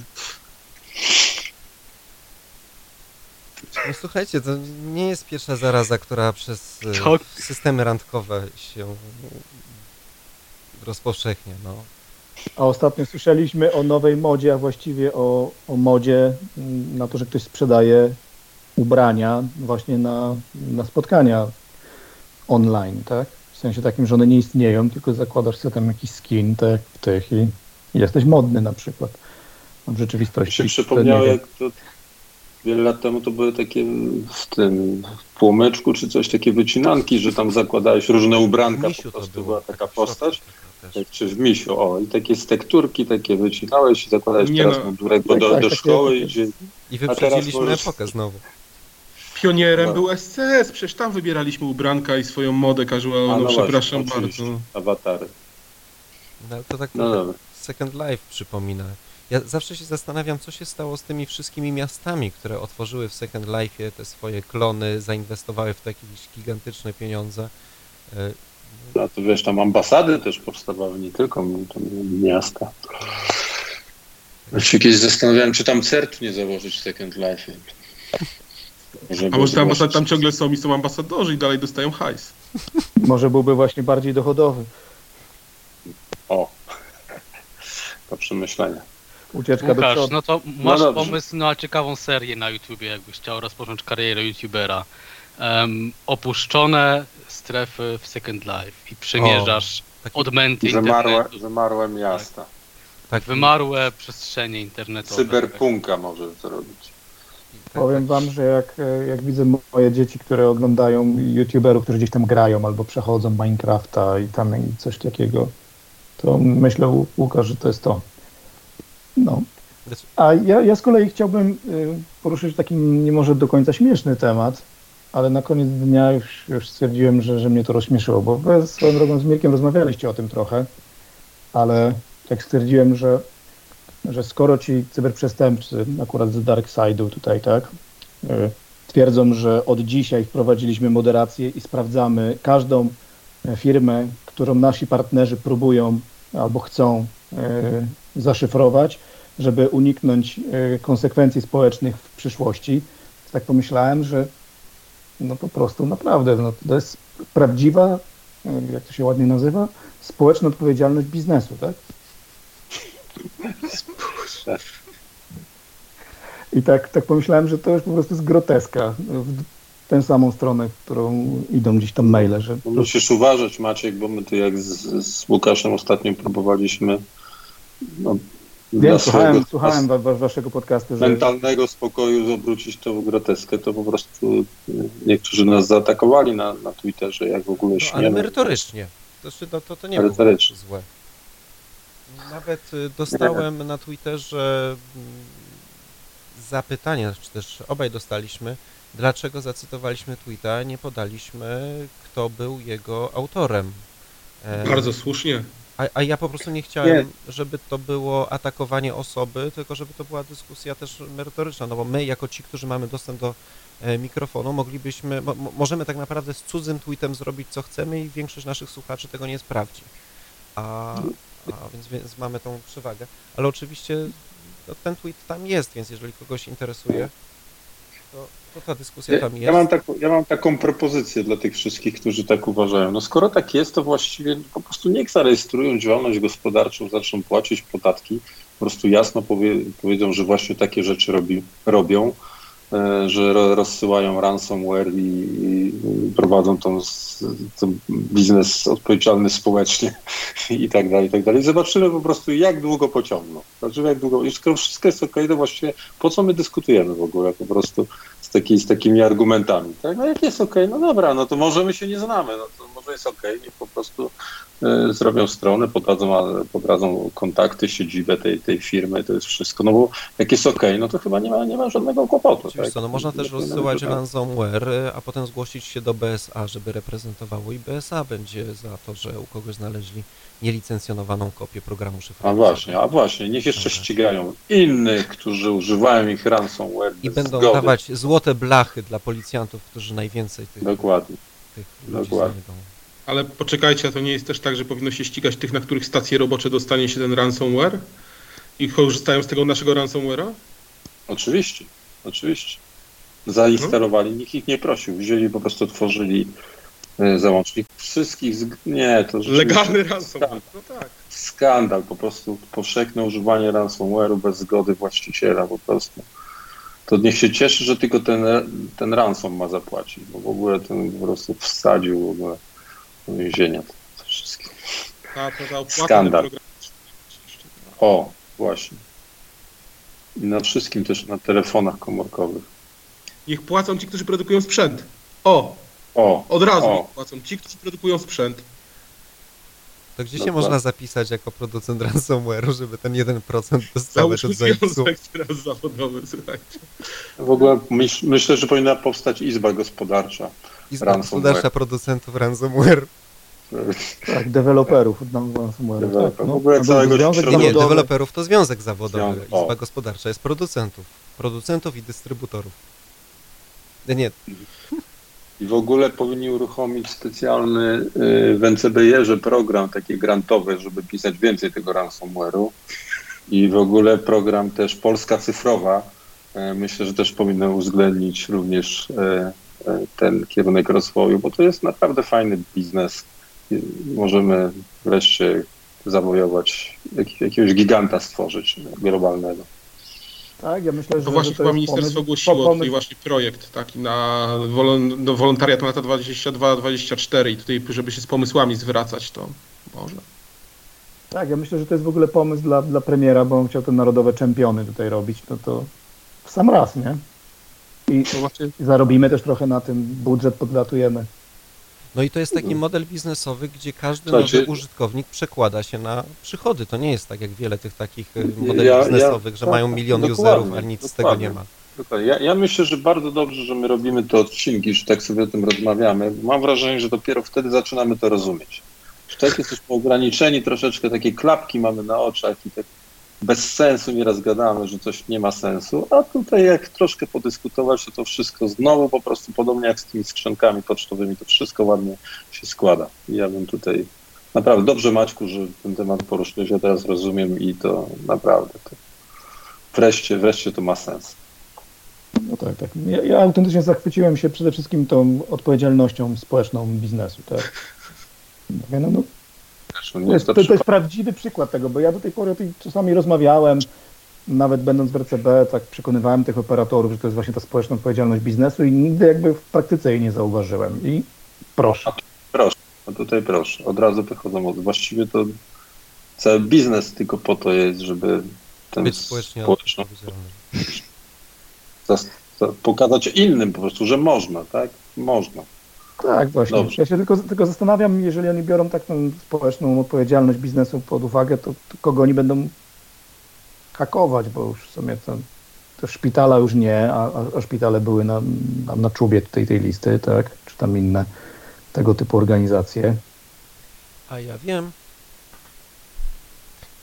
No słuchajcie, to nie jest pierwsza zaraza, która przez systemy randkowe się rozpowszechnia, no.
A ostatnio słyszeliśmy o nowej modzie, a właściwie o modzie na to, że ktoś sprzedaje ubrania właśnie na spotkania online, tak? W sensie takim, że one nie istnieją, tylko zakładasz sobie tam jakiś skin, tak jak w tych i jesteś modny na przykład. W rzeczywistości.
Mi się przypomniało, jak to wiele lat temu to były takie w tym płomyczku czy coś, takie wycinanki, że tam zakładałeś różne ubranka, po prostu była taka postać. Tak, czy w Misiu, i takie z tekturki takie wycinałeś i zakładałeś teraz mundurek do szkoły.
I wyprzedziliśmy epokę znowu.
Pionierem był SCS, przecież tam wybieraliśmy ubranka i swoją modę casualną, przepraszam bardzo.
Awatary.
No to tak Second Life przypomina. Ja zawsze się zastanawiam, co się stało z tymi wszystkimi miastami, które otworzyły w Second Life'ie te swoje klony, zainwestowały w te jakieś gigantyczne pieniądze.
No to wiesz, tam ambasady też powstawały, nie tylko miasta. Ja się kiedyś zastanawiałem, czy tam CERT nie założyć w Second Life.
A może te ambasady tam ciągle są i są ambasadorzy i dalej dostają hajs.
Może byłby właśnie bardziej dochodowy.
Do przemyślenia.
Ucieczka
Łukasz,
do przodu.
no to masz pomysł na ciekawą serię na YouTubie, jakbyś chciał rozpocząć karierę YouTubera. Opuszczone strefy w Second Life i przemierzasz odmęty internetu.
Wymarłe miasta.
Tak, wymarłe przestrzenie internetowe.
Cyberpunka może zrobić.
Powiem wam, że jak widzę moje dzieci, które oglądają YouTuberów, którzy gdzieś tam grają albo przechodzą Minecrafta i tam coś takiego, to myślę, Łukasz, że to jest to. No. A ja z kolei chciałbym poruszyć taki nie może do końca śmieszny temat, ale na koniec dnia już stwierdziłem, że mnie to rozśmieszyło, bo wy swoją drogą z Mirkiem rozmawialiście o tym trochę, ale tak stwierdziłem, że skoro ci cyberprzestępcy, akurat z Dark Side'u tutaj, tak, twierdzą, że od dzisiaj wprowadziliśmy moderację i sprawdzamy każdą firmę, którą nasi partnerzy próbują albo chcą zaszyfrować, żeby uniknąć konsekwencji społecznych w przyszłości, to tak pomyślałem, że no po prostu naprawdę, to jest prawdziwa, jak to się ładnie nazywa, społeczna odpowiedzialność biznesu, tak? I tak pomyślałem, że to już po prostu jest groteska w tę samą stronę, w którą idą gdzieś tam maile. Że
musisz uważać, Maciek, bo my tu jak z Łukaszem ostatnio próbowaliśmy
słuchałem waszego podcastu, że
mentalnego spokoju obrócić to w groteskę, to po prostu niektórzy nas zaatakowali na Twitterze, jak w ogóle śmiemy.
Ale merytorycznie. To nie było złe. Nawet dostałem na Twitterze zapytania, czy też obaj dostaliśmy, dlaczego zacytowaliśmy tweeta, nie podaliśmy, kto był jego autorem.
Bardzo słusznie.
A ja po prostu nie chciałem, żeby to było atakowanie osoby, tylko żeby to była dyskusja też merytoryczna, no bo my jako ci, którzy mamy dostęp do mikrofonu, możemy tak naprawdę z cudzym tweetem zrobić co chcemy i większość naszych słuchaczy tego nie sprawdzi. Więc mamy tą przewagę. Ale oczywiście ten tweet tam jest, więc jeżeli kogoś interesuje, to ta dyskusja tam jest.
Ja mam taką propozycję dla tych wszystkich, którzy tak uważają. No skoro tak jest, to właściwie po prostu niech zarejestrują działalność gospodarczą, zaczną płacić podatki, po prostu jasno powiedzą, że właśnie takie rzeczy robią, że rozsyłają ransomware i prowadzą ten biznes odpowiedzialny społecznie i tak dalej, i tak dalej. Zobaczymy po prostu, jak długo pociągną. Zobaczymy, jak długo. I skoro wszystko jest okej, to właściwie po co my dyskutujemy w ogóle po prostu z takimi argumentami. Tak? No jak jest okej, no dobra, no to może my się nie znamy, no to może jest okej, niech po prostu zrobią stronę, podradzą kontakty, siedzibę tej firmy, to jest wszystko. No bo jak jest okej, no to chyba nie ma żadnego kłopotu. Tak?
No można też rozsyłać ransomware, a potem zgłosić się do BSA, żeby reprezentowało i BSA będzie za to, że u kogoś znaleźli nielicencjonowaną kopię programu szyfrowego.
A właśnie, niech jeszcze ścigają innych, którzy używają ich ransomware
i będą dawać złote blachy dla policjantów, którzy najwięcej tych ludzi znajdą.
Ale poczekajcie, a to nie jest też tak, że powinno się ścigać tych, na których stacje robocze dostanie się ten ransomware i korzystają z tego naszego ransomware'a?
Oczywiście. Zainstalowali, nikt ich nie prosił. Wzięli, po prostu otworzyli załącznik. Wszystkich, to
legalny ransomware, no tak.
Skandal, po prostu powszechne używanie ransomware'u bez zgody właściciela po prostu. To niech się cieszy, że tylko ten ransom ma zapłacić, bo w ogóle ten po prostu wsadził w ogóle do więzienia to wszystko. Skandal. O, właśnie. I na wszystkim też, na telefonach komórkowych.
Niech płacą ci, którzy produkują sprzęt. Od razu niech płacą ci, którzy produkują sprzęt.
To gdzie się można zapisać jako producent ransomware'u, żeby ten 1% dostawać od zajęców?
Zawodowy, słuchajcie.
W ogóle myślę, że powinna powstać izba gospodarcza.
Izba gospodarcza producentów ransomware.
Tak, deweloperów ransomware. Tak,
w ogóle całego
nie, deweloperów to związek zawodowy. Izba gospodarcza jest producentów i dystrybutorów. Nie.
I w ogóle powinni uruchomić specjalny w NCBR-ze program taki grantowy, żeby pisać więcej tego ransomware'u. I w ogóle program też Polska Cyfrowa. Myślę, że też powinno uwzględnić również ten kierunek rozwoju, bo to jest naprawdę fajny biznes. Możemy wreszcie zawojować, jakiegoś giganta stworzyć globalnego.
Tak, ja myślę, że
to właśnie chyba ministerstwo ogłosiło tutaj właśnie projekt taki na wolontariat na lata 22-24 i tutaj, żeby się z pomysłami zwracać, to może.
Tak, ja myślę, że to jest w ogóle pomysł dla premiera, bo on chciał te narodowe czempiony tutaj robić, to w sam raz, nie? I zarobimy też trochę na tym, budżet podlatujemy.
No i to jest taki model biznesowy, gdzie każdy nowy użytkownik przekłada się na przychody. To nie jest tak jak wiele tych takich modeli biznesowych, że mają milion userów, a nic z tego nie ma.
Ja myślę, że bardzo dobrze, że my robimy te odcinki, że tak sobie o tym rozmawiamy. Mam wrażenie, że dopiero wtedy zaczynamy to rozumieć. Że tak jesteśmy ograniczeni, troszeczkę takie klapki mamy na oczach i tak bez sensu nieraz gadamy, że coś nie ma sensu, a tutaj jak troszkę podyskutować, to wszystko znowu po prostu podobnie jak z tymi skrzynkami pocztowymi, to wszystko ładnie się składa. I ja bym tutaj naprawdę dobrze, Maćku, że ten temat poruszyłeś, ja teraz rozumiem i to naprawdę to wreszcie to ma sens.
No tak. Ja autentycznie zachwyciłem się przede wszystkim tą odpowiedzialnością społeczną biznesu, tak. To jest prawdziwy przykład tego, bo ja do tej pory o tym czasami rozmawiałem, nawet będąc w RCB, tak przekonywałem tych operatorów, że to jest właśnie ta społeczna odpowiedzialność biznesu i nigdy jakby w praktyce jej nie zauważyłem. I proszę.
A tutaj proszę, od razu wychodzą właściwie to cały biznes tylko po to jest, żeby ten
być społeczny
pokazać innym po prostu, że można, tak? Można.
Tak, właśnie.
Dobrze.
Ja się tylko zastanawiam, jeżeli oni biorą taką społeczną odpowiedzialność biznesu pod uwagę, to kogo oni będą hakować, bo już w sumie to szpitala już nie, a szpitale były na czubie tej listy, tak? Czy tam inne tego typu organizacje.
A ja wiem.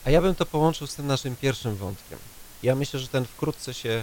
A ja bym to połączył z tym naszym pierwszym wątkiem. Ja myślę, że ten wkrótce się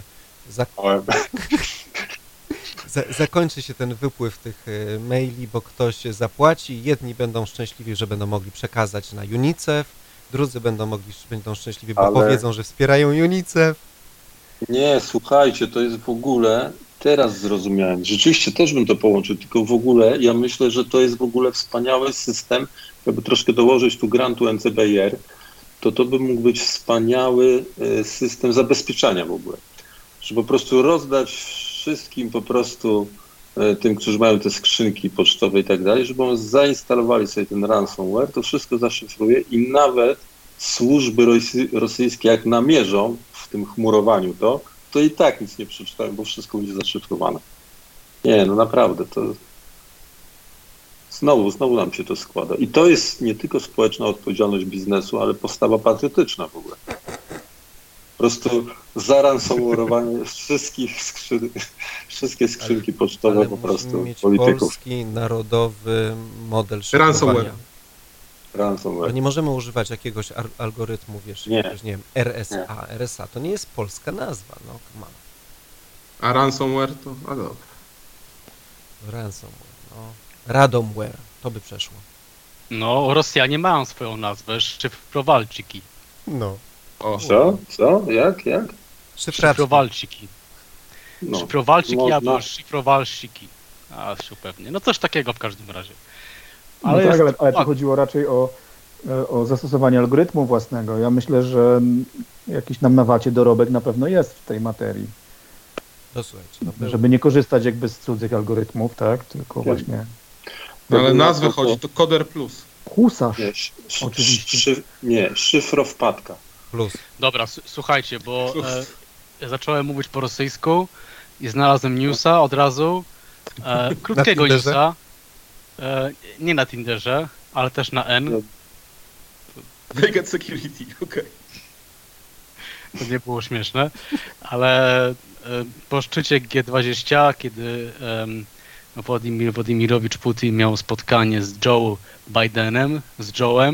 zakończy się ten wypływ tych maili, bo ktoś zapłaci. Jedni będą szczęśliwi, że będą mogli przekazać na UNICEF, drudzy będą szczęśliwi, bo powiedzą, że wspierają UNICEF.
Nie, słuchajcie, to jest w ogóle, teraz zrozumiałem, rzeczywiście też bym to połączył, tylko w ogóle ja myślę, że to jest w ogóle wspaniały system, jakby troszkę dołożyć tu grantu NCBR, to by mógł być wspaniały system zabezpieczania w ogóle, że po prostu rozdać wszystkim po prostu tym, którzy mają te skrzynki pocztowe i tak dalej, żeby oni zainstalowali sobie ten ransomware, to wszystko zaszyfruje i nawet służby rosyjskie jak namierzą w tym chmurowaniu to i tak nic nie przeczytają, bo wszystko będzie zaszyfrowane. Nie, no naprawdę, to znowu nam się to składa. I to jest nie tylko społeczna odpowiedzialność biznesu, ale postawa patriotyczna w ogóle. Po prostu zaransomwarowanie wszystkie skrzynki pocztowe
ale
po prostu
mieć
polityków.
polski narodowy model szyfrowania.
Ransomware.
Nie możemy używać jakiegoś algorytmu, wiesz,
nie.
Jakiegoś, nie wiem, RSA. RSA to nie jest polska nazwa, no.
A ransomware to... A dobra.
Ransomware, no. Radomware, to by przeszło.
No, Rosjanie mają swoją nazwę, szyfrowalczyki.
No.
O.
Co? Jak?
Szyfrowalczyki.
No.
Szyfrowalczyki
No,
albo szyfrowalsiki. A, pewnie. No coś takiego w każdym razie.
Ale, no tak, ale tu chodziło raczej o zastosowanie algorytmu własnego. Ja myślę, że jakiś nam na wacie dorobek na pewno jest w tej materii.
To słuchajcie,
żeby nie korzystać jakby z cudzych algorytmów, tak? Tylko właśnie...
No, ale nazwę chodzi, to Coder Plus.
Husarz.
Nie,
oczywiście.
szyfrowpadka.
Plus.
Dobra, słuchajcie, bo zacząłem mówić po rosyjsku i znalazłem newsa od razu. Krótkiego newsa. Nie na Tinderze, ale też na N.
Naked Security, okej.
To nie było śmieszne, ale po szczycie G20, kiedy Władimirowicz Putin miał spotkanie z Joe Bidenem, z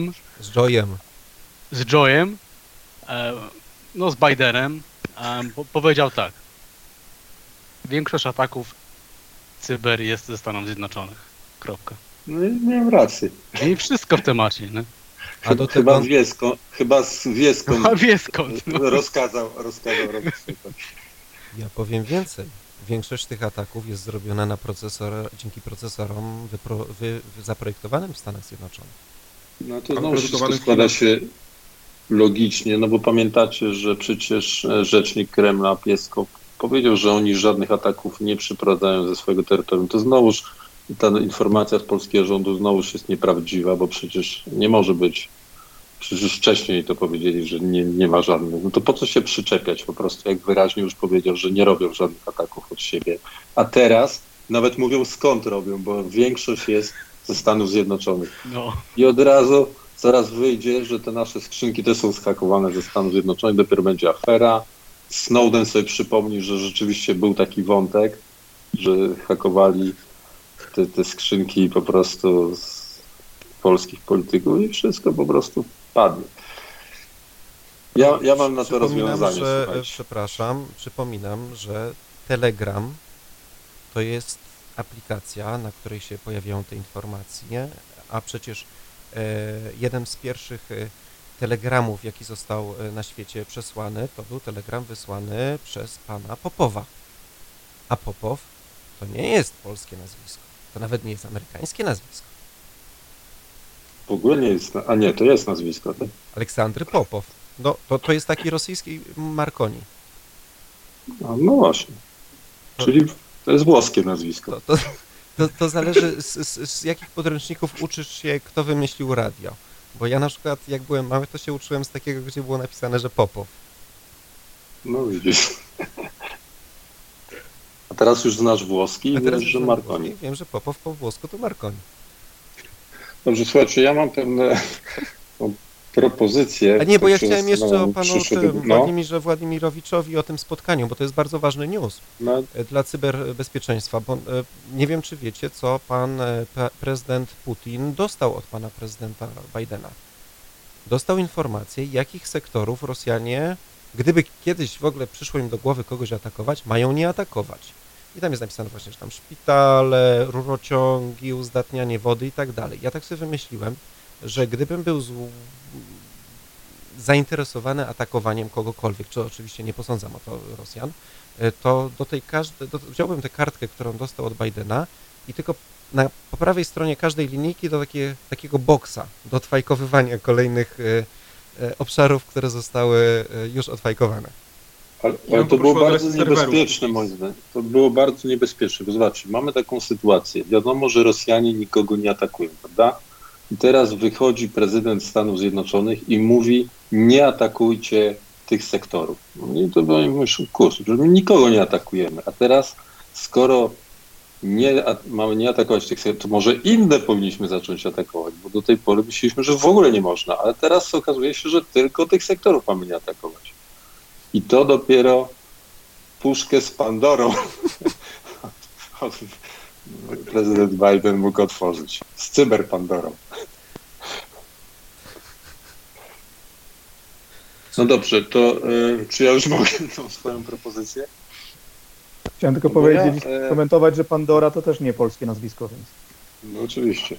Joe'em, no z Bidenem, powiedział tak: większość ataków cyber jest ze Stanów Zjednoczonych. Kropka.
No i miałem rację.
I wszystko w temacie, nie?
A do
chyba
tego...
wie skąd
no.
rozkazał robić tak.
Ja powiem więcej. Większość tych ataków jest zrobiona dzięki procesorom zaprojektowanym w Stanach Zjednoczonych.
No to znowu wszystko składa się logicznie, no bo pamiętacie, że przecież rzecznik Kremla Pieskow powiedział, że oni żadnych ataków nie przeprowadzają ze swojego terytorium. To znowuż ta informacja z polskiego rządu znowuż jest nieprawdziwa, bo przecież nie może być. Przecież już wcześniej to powiedzieli, że nie ma żadnych. No to po co się przyczepiać po prostu, jak wyraźnie już powiedział, że nie robią żadnych ataków od siebie. A teraz nawet mówią, skąd robią, bo większość jest ze Stanów Zjednoczonych.
No.
I od razu zaraz wyjdzie, że te nasze skrzynki też są zhakowane ze Stanów Zjednoczonych, dopiero będzie afera. Snowden sobie przypomni, że rzeczywiście był taki wątek, że hakowali te skrzynki po prostu z polskich polityków i wszystko po prostu padnie. Ja mam na to rozwiązanie.
Przypominam, że Telegram to jest aplikacja, na której się pojawiają te informacje, a przecież jeden z pierwszych telegramów, jaki został na świecie przesłany, to był telegram wysłany przez pana Popowa. A Popow to nie jest polskie nazwisko. To nawet nie jest amerykańskie nazwisko.
W ogóle nie jest, a nie, to jest nazwisko. Tak?
Aleksandry Popow. No, to jest taki rosyjski Marconi.
No właśnie. Czyli to jest włoskie nazwisko.
To zależy z jakich podręczników uczysz się, kto wymyślił radio. Bo ja na przykład, jak byłem mały, to się uczyłem z takiego, gdzie było napisane, że Popow.
No widzisz. A teraz już znasz włoski i wiesz, że Marconi.
Wiem, że Popow po włosku to Marconi.
Dobrze, słuchajcie, ja mam pewne propozycje.
A nie, bo ja chciałem jeszcze o panu Władimirowiczowi o tym spotkaniu, bo to jest bardzo ważny news dla cyberbezpieczeństwa, bo nie wiem, czy wiecie, co pan prezydent Putin dostał od pana prezydenta Bidena. dostał informację, jakich sektorów Rosjanie, gdyby kiedyś w ogóle przyszło im do głowy kogoś atakować, mają nie atakować. I tam jest napisane właśnie, że tam szpitale, rurociągi, uzdatnianie wody i tak dalej. Ja tak sobie wymyśliłem, że gdybym był zainteresowany atakowaniem kogokolwiek, czy oczywiście nie posądzam o to Rosjan, to wziąłbym tę kartkę, którą dostał od Bidena i tylko po prawej stronie każdej linijki do takiego boksa do odfajkowywania kolejnych obszarów, które zostały już odfajkowane.
Ale to było bardzo niebezpieczne, moim zdaniem. To było bardzo niebezpieczne, bo zobaczcie, mamy taką sytuację. Wiadomo, że Rosjanie nikogo nie atakują, prawda? I teraz wychodzi prezydent Stanów Zjednoczonych i mówi, nie atakujcie tych sektorów. No i to myślę, kurczę, że my nikogo nie atakujemy. A teraz, skoro mamy nie atakować tych sektorów, to może inne powinniśmy zacząć atakować, bo do tej pory myśleliśmy, że w ogóle nie można, ale teraz okazuje się, że tylko tych sektorów mamy nie atakować. I to dopiero puszkę z Pandorą prezydent Biden mógł otworzyć. Z cyberpandorą. No dobrze, to czy ja już mogę tą swoją propozycję?
Chciałem tylko powiedzieć, komentować, że Pandora to też nie polskie nazwisko, więc...
No oczywiście.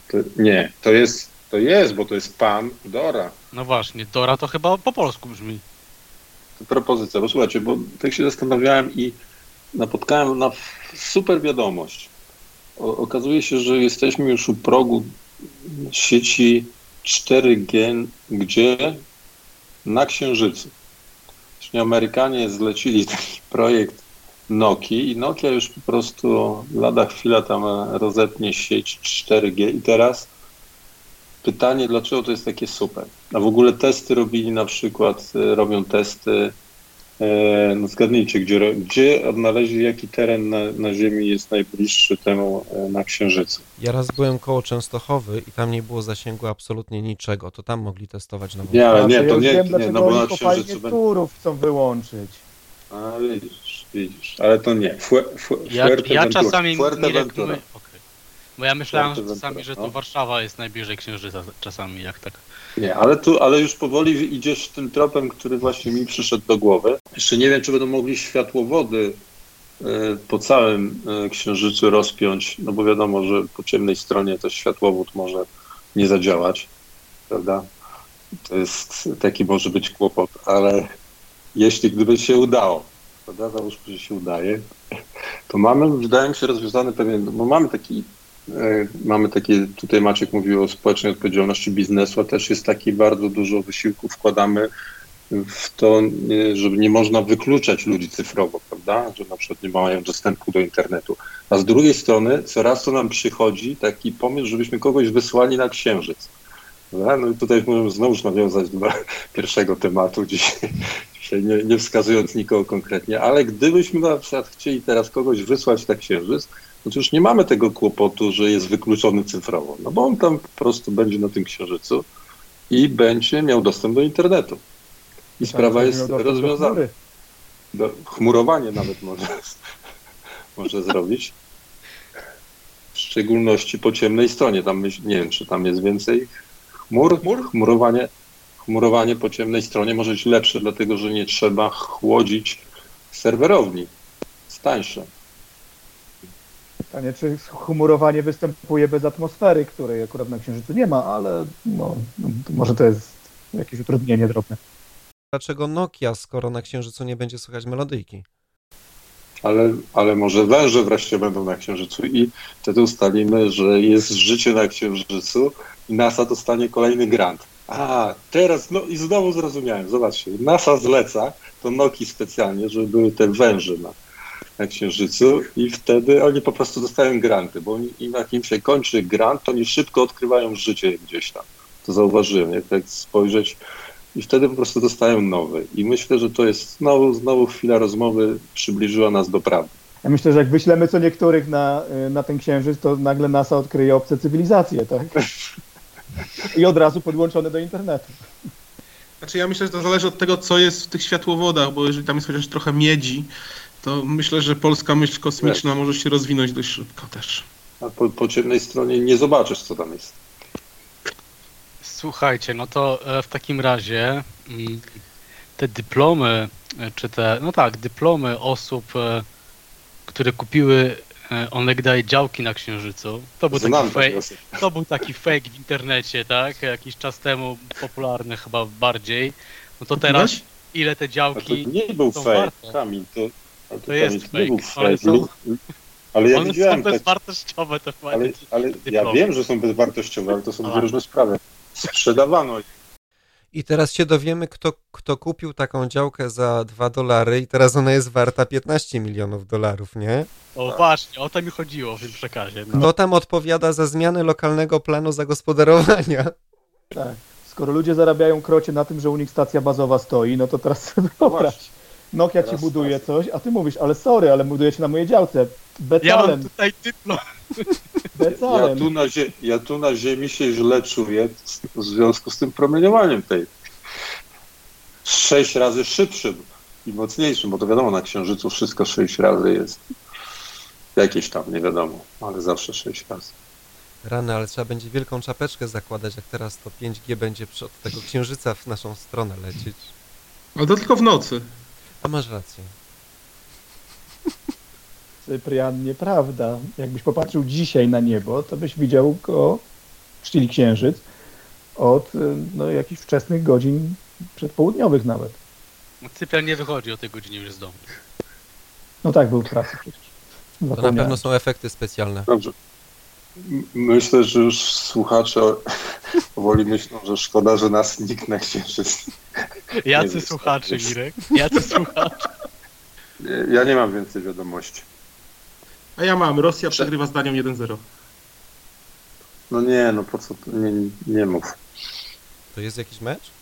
To jest, bo to jest Pandora.
No właśnie, Dora to chyba po polsku brzmi.
To propozycja, bo słuchajcie, bo tak się zastanawiałem i napotkałem na super wiadomość. Okazuje się, że jesteśmy już u progu sieci 4G, gdzie? Na Księżycu. Właśnie Amerykanie zlecili taki projekt Nokii i Nokia już po prostu lada chwila tam rozetnie sieć 4G i teraz pytanie, dlaczego to jest takie super? A w ogóle testy robili na przykład, robią testy, no zgadnijcie, gdzie odnaleźli, jaki teren na Ziemi jest najbliższy temu na Księżycu.
Ja raz byłem koło Częstochowy i tam nie było zasięgu absolutnie niczego, to tam mogli testować na
Nie, ale nie, to nie,
wiem,
no bo na Księżycu
turów chcą wyłączyć.
A widzisz, ale to nie.
Ja czasami nie bo ja myślałem że czasami, że to Warszawa jest najbliżej Księżyca czasami, jak tak.
Nie, ale już powoli idziesz tym tropem, który właśnie mi przyszedł do głowy. Jeszcze nie wiem, czy będą mogli światłowody po całym Księżycu rozpiąć, no bo wiadomo, że po ciemnej stronie to światłowód może nie zadziałać, prawda? To jest taki może być kłopot, ale gdyby się udało, prawda? Załóżmy, że się udaje, to mamy, wydaje mi się, rozwiązany pewien, bo mamy takie, tutaj Maciek mówił o społecznej odpowiedzialności biznesu, a też jest taki bardzo dużo wysiłku wkładamy w to, żeby nie można wykluczać ludzi cyfrowo, prawda, że na przykład nie mają dostępu do internetu. A z drugiej strony coraz to nam przychodzi taki pomysł, żebyśmy kogoś wysłali na Księżyc. Prawda? No i tutaj możemy znowu nawiązać do pierwszego tematu dzisiaj nie wskazując nikogo konkretnie, ale gdybyśmy na przykład chcieli teraz kogoś wysłać na Księżyc, no to już nie mamy tego kłopotu, że jest wykluczony cyfrowo, no bo on tam po prostu będzie na tym Księżycu i będzie miał dostęp do internetu. I sprawa jest rozwiązana. Chmurowanie nawet może zrobić. W szczególności po ciemnej stronie. Tam nie wiem, czy tam jest więcej chmur? Chmurowanie po ciemnej stronie może być lepsze, dlatego że nie trzeba chłodzić serwerowni. Jest tańsze.
Pytanie, czy chmurowanie występuje bez atmosfery, której akurat na Księżycu nie ma, ale może to jest jakieś utrudnienie drobne.
Dlaczego Nokia, skoro na Księżycu nie będzie słychać melodyjki?
Ale może węże wreszcie będą na Księżycu i wtedy ustalimy, że jest życie na Księżycu i NASA dostanie kolejny grant. Teraz, no i znowu zrozumiałem, zobaczcie, NASA zleca to Nokii specjalnie, żeby były te węże na Księżycu i wtedy oni po prostu dostają granty, bo jak im się kończy grant, to oni szybko odkrywają życie gdzieś tam. To zauważyłem, jak tak spojrzeć i wtedy po prostu dostają nowe. I myślę, że to jest znowu chwila rozmowy przybliżyła nas do prawdy.
Ja myślę, że jak wyślemy co niektórych na ten Księżyc, to nagle NASA odkryje obce cywilizacje, tak? I od razu podłączone do internetu.
Znaczy ja myślę, że to zależy od tego, co jest w tych światłowodach, bo jeżeli tam jest chociaż trochę miedzi, to myślę, że polska myśl kosmiczna może się rozwinąć dość szybko też.
A po ciemnej stronie nie zobaczysz, co tam jest.
Słuchajcie, no to w takim razie te dyplomy, dyplomy osób, które kupiły onegdaj działki na Księżycu, to był taki fake w internecie, tak? Jakiś czas temu popularny chyba bardziej. No to teraz ile te działki
to nie był fake, Kamil,
to jest fake.
Nie był fake. Ale ja widziałem
są bezwartościowe te fajne.
Ale ja wiem, że są bezwartościowe, ale to są dwie różne sprawy. Sprzedawano.
I teraz się dowiemy, kto kupił taką działkę za $2 i teraz ona jest warta $15 milionów, nie?
O właśnie, o to mi chodziło w tym przekazie. No.
Kto tam odpowiada za zmianę lokalnego planu zagospodarowania?
Tak. Skoro ludzie zarabiają krocie na tym, że u nich stacja bazowa stoi, no to teraz wyobraź. Nokia ci buduje coś, a ty mówisz, ale sorry, ale budujecie na mojej działce. Becalem.
Ja mam tutaj dyplom.
Becalem.
Ja tu na ziemi się źle czuję w związku z tym promieniowaniem tej. 6 razy szybszym i mocniejszym, bo to wiadomo, na Księżycu wszystko 6 razy jest. Jakieś tam, nie wiadomo, ale zawsze 6 razy.
Rany, ale trzeba będzie wielką czapeczkę zakładać, jak teraz to 5G będzie od tego Księżyca w naszą stronę lecieć.
Ale to tylko w nocy.
A masz rację.
Cyprian, nieprawda. Jakbyś popatrzył dzisiaj na niebo, to byś widział go, czyli Księżyc, od jakichś wczesnych godzin przedpołudniowych nawet.
No, Cyprian nie wychodzi o tej godzinie już z domu.
No tak, był w pracy przecież.
To na pewno są efekty specjalne.
Dobrze. Myślę, że już słuchacze powoli myślą, że szkoda, że nas nikt na Księżyc.
Jacy słuchacze, Mirek? Jacy słuchacze?
Ja nie mam więcej wiadomości.
A ja mam. Rosja przegrywa z Danią 1-0.
No nie, no po co? Nie mów.
To jest jakiś mecz?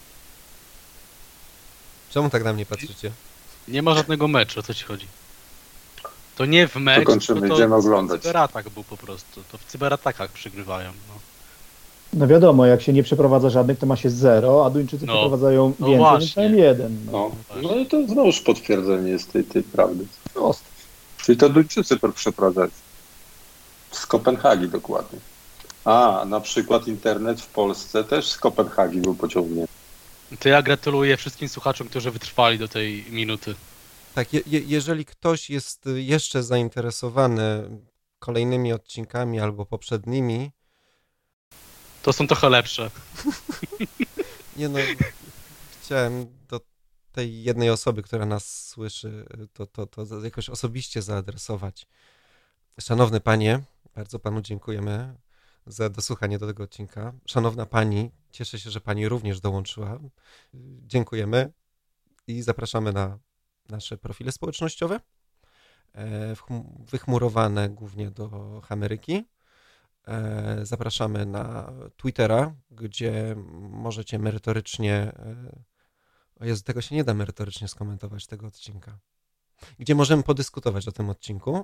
Czemu tak na mnie patrzycie?
Nie ma żadnego meczu, o co ci chodzi? To nie w mecz,
kończymy, idziemy oglądać.
W cyberatak był po prostu. To w cyberatakach przegrywają.
No wiadomo, jak się nie przeprowadza żadnych, to ma się 0, a Duńczycy przeprowadzają więcej, więc mają 1.
No i to znowuż potwierdzenie jest tej prawdy.
Proste.
Czyli to Duńczycy przeprowadzać. Z Kopenhagi dokładnie. A, na przykład internet w Polsce też z Kopenhagi był pociągnięty.
To ja gratuluję wszystkim słuchaczom, którzy wytrwali do tej minuty.
Tak, jeżeli ktoś jest jeszcze zainteresowany kolejnymi odcinkami albo poprzednimi,
to są trochę lepsze.
Nie no, chciałem do tej jednej osoby, która nas słyszy, to jakoś osobiście zaadresować. Szanowny panie, bardzo panu dziękujemy za dosłuchanie do tego odcinka. Szanowna pani, cieszę się, że pani również dołączyła. Dziękujemy i zapraszamy na nasze profile społecznościowe, wychmurowane głównie do Ameryki. Zapraszamy na Twittera, gdzie możecie merytorycznie... O Jezu, tego się nie da merytorycznie skomentować, tego odcinka. Gdzie możemy podyskutować o tym odcinku.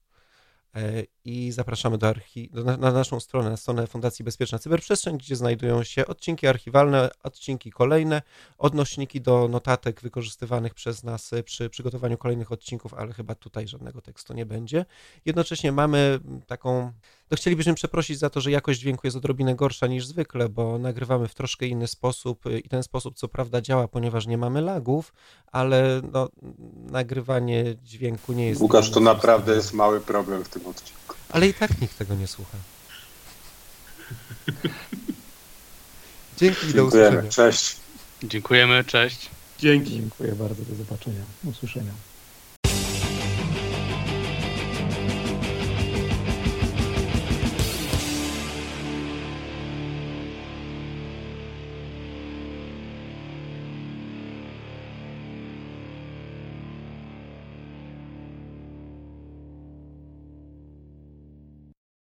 I zapraszamy na naszą stronę, na stronę Fundacji Bezpieczna Cyberprzestrzeń, gdzie znajdują się odcinki archiwalne, odcinki kolejne, odnośniki do notatek wykorzystywanych przez nas przy przygotowaniu kolejnych odcinków, ale chyba tutaj żadnego tekstu nie będzie. Jednocześnie mamy taką... chcielibyśmy przeprosić za to, że jakość dźwięku jest odrobinę gorsza niż zwykle, bo nagrywamy w troszkę inny sposób i ten sposób co prawda działa, ponieważ nie mamy lagów, ale nagrywanie dźwięku nie jest...
Łukasz, to naprawdę jest mały problem w tym odcinku.
Ale i tak nikt tego nie słucha. Dzięki i do usłyszenia.
Cześć.
Dziękujemy, cześć.
Dzięki.
Dziękuję bardzo, do zobaczenia, usłyszenia.